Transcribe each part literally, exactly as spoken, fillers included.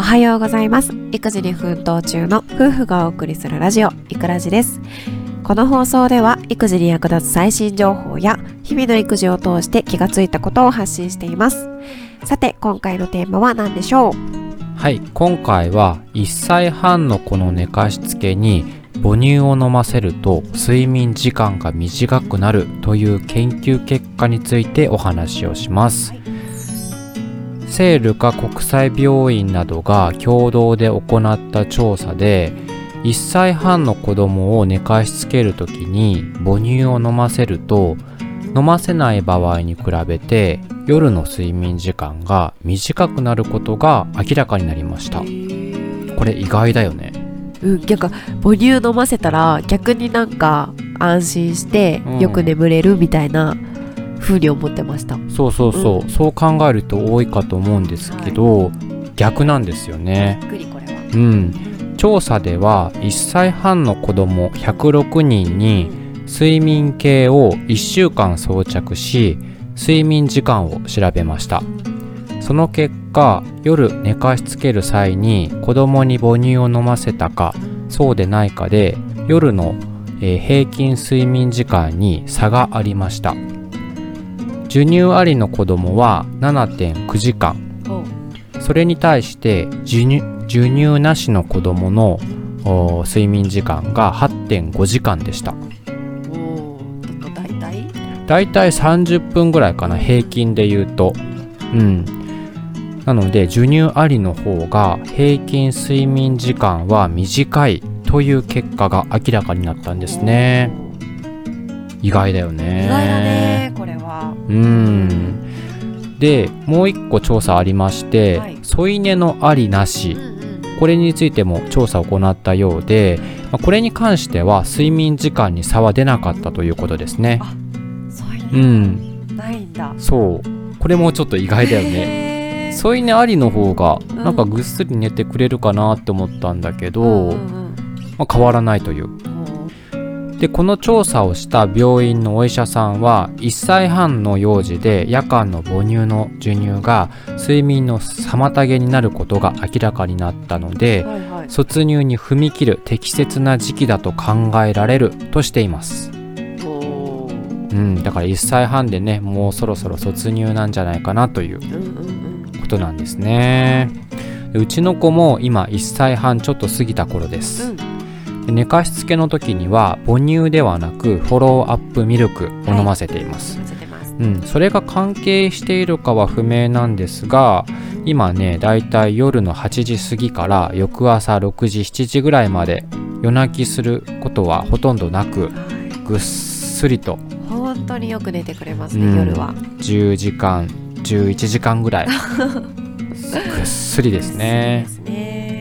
はようございます。育児に奮闘中の夫婦がお送りするラジオ、いくラジです。この放送では育児に役立つ最新情報や日々の育児を通して気がついたことを発信しています。さて、今回のテーマは何でしょう？ はい、今回はいっさいはんの子の寝かしつけに母乳を飲ませると睡眠時間が短くなるという研究結果についてお話をします。聖ルカ国際病院などが共同で行った調査で、いっさいはんの子供を寝かしつけるときに母乳を飲ませると、飲ませない場合に比べて夜の睡眠時間が短くなることが明らかになりました。これ意外だよね。 うん、なんか母乳飲ませたら逆になんか安心してよく眠れるみたいな風に思ってました。 そうそうそう、うん、そう考えると多いかと思うんですけど、はい、逆なんですよね。 びっくりこれは。 うん、調査ではいっさいはんの子供ひゃくろくにんに睡眠計をいっしゅうかん装着し、睡眠時間を調べました。その結果、夜寝かしつける際に子供に母乳を飲ませたかそうでないかで、夜の、えー、平均睡眠時間に差がありました。授乳ありの子供は ななてんきゅうじかん、それに対して授乳、授乳なしの子供の睡眠時間が はってんごじかんでした。 だいたいだいたいさんじゅっぷんぐらいかな、平均で言うと。うんなので授乳ありの方が平均睡眠時間は短いという結果が明らかになったんですね。意外だよね。 意外だね、これは。 うんで、もう一個調査ありまして、はい、添い寝のありなし、うんうん、これについても調査を行ったようで、これに関しては睡眠時間に差は出なかったということですね。 あ、添い寝、うん、ないんだ。 そう、これもちょっと意外だよね。添い寝ありの方がなんかぐっすり寝てくれるかなって思ったんだけど、うんうんまあ、変わらないという。で、この調査をした病院のお医者さんはいっさいはんの幼児で夜間の母乳の授乳が睡眠の妨げになることが明らかになったので、はいはい、卒乳に踏み切る適切な時期だと考えられるとしています。うん、だからいっさいはんでね、もうそろそろ卒乳なんじゃないかなということなんですね。うちの子も今いっさいはんちょっと過ぎた頃です。うん、寝かしつけの時には母乳ではなくフォローアップミルクを飲ませています。はい、うん、それが関係しているかは不明なんですが、今ね、だいたい夜のはちじ過ぎから翌朝ろくじ、しちじぐらいまで夜泣きすることはほとんどなく、ぐっすりと本当によく寝てくれますね、うん、夜はじゅうじかん、じゅういちじかんぐらいぐっすりですね。 ですね。 うん。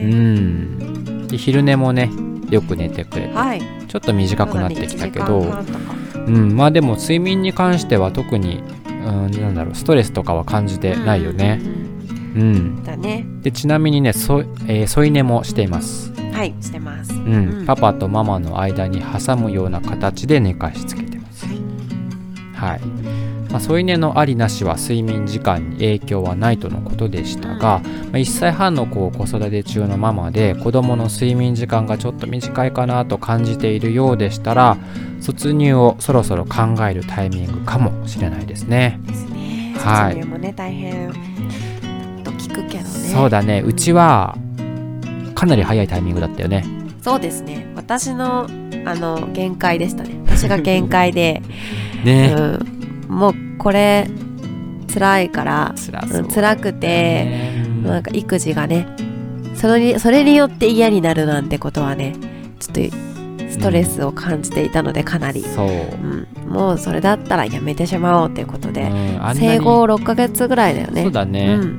で、昼寝もねよく寝てくれて、はい、ちょっと短くなってきたけど、うん、まあでも睡眠に関しては特に、うん、なんだろう、ストレスとかは感じてないよね。うん、うんうん、だね。で、ちなみにね、そ、えー、添い寝もしています。 はい、してます。 うん、うん、パパとママの間に挟むような形で寝かしつけてます。はい。まあ、添い寝のありなしは睡眠時間に影響はないとのことでしたが、まあ、いっさいはんの子を子育て中のママで子供の睡眠時間がちょっと短いかなと感じているようでしたら、卒乳をそろそろ考えるタイミングかもしれないですね。 ですね。はい。卒乳もね、大変と聞くけどね。 そうだね。うちはかなり早いタイミングだったよね。 そうですね。私のあの限界でしたね。私が限界でね、 うん、もうこれ辛いから辛そう、 うん、辛くて、うん、なんか育児がねそれに、それによって嫌になるなんてことはね、ちょっとストレスを感じていたので、かなり、 そう、うん、もうそれだったらやめてしまおうということで、うん、生後ろっかげつぐらいだよね。 そうだね、うんうん、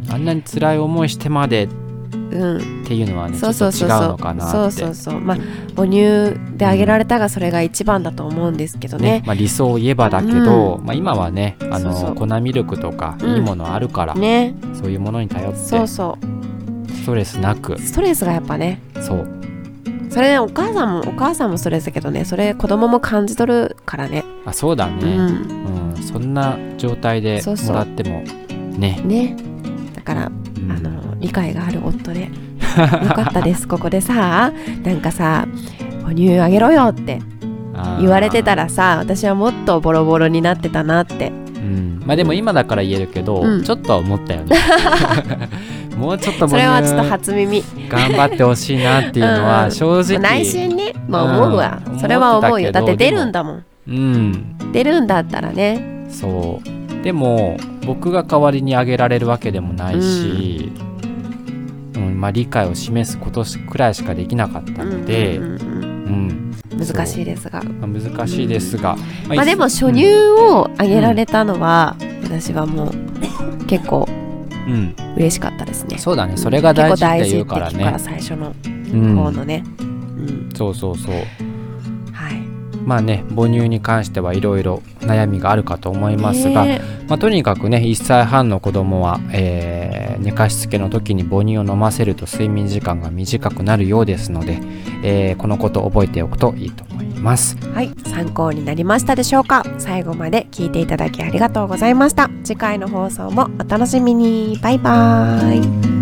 あんなに辛い思いしてまでうん、っていうのはね、ちょっと違うのかなって。 そうそうそう、まあ母乳であげられたがそれが一番だと思うんですけどね。 ね、まあ、理想を言えばだけど、うん、まあ、今はね、あのそうそう、粉ミルクとかいいものあるから、うんね、そういうものに頼って、 そうそうストレスなく。 ストレスがやっぱね、 そうそれね、お母さんもお母さんもストレスだけどね、それ子供も感じ取るからね。 あ、そうだね、うんうん、そんな状態でもらってもねね、だから、うん、あの理解がある夫でよかったです。ここでさ、なんかさ母乳あげろよって言われてたらさ、私はもっとボロボロになってたなって、 うん、まあでも今だから言えるけど、うん、ちょっとは思ったよねもうちょっとそれはちょっと初耳頑張ってほしいなっていうのは正直、 うん、内心ね、まあ、思うわ、うん、それは思うよ。だって出るんだもん、 うん、 出るんだったらね。 そうでも僕が代わりにあげられるわけでもないし、うんうん、まあ、理解を示すことくらいしかできなかったので、うんうんうんうん、難しいですが、 まあ、難しいですが、うんまあまあ、でも初乳をあげられたのは、うん、私はもう結構うん、嬉しかったですね。 そうだね、それが大事って言うからね。 結構大事って聞くから最初の方のね、うんうん、 そうそうそう、 はい、 まあね母乳に関してはいろいろ悩みがあるかと思いますが、えーまあ、とにかくねいっさいはんの子供は、えー、寝かしつけの時に母乳を飲ませると睡眠時間が短くなるようですので、えー、このことを覚えておくといいと思います。 はい、参考になりましたでしょうか。最後まで聞いていただきありがとうございました。次回の放送もお楽しみに。バイバーイ。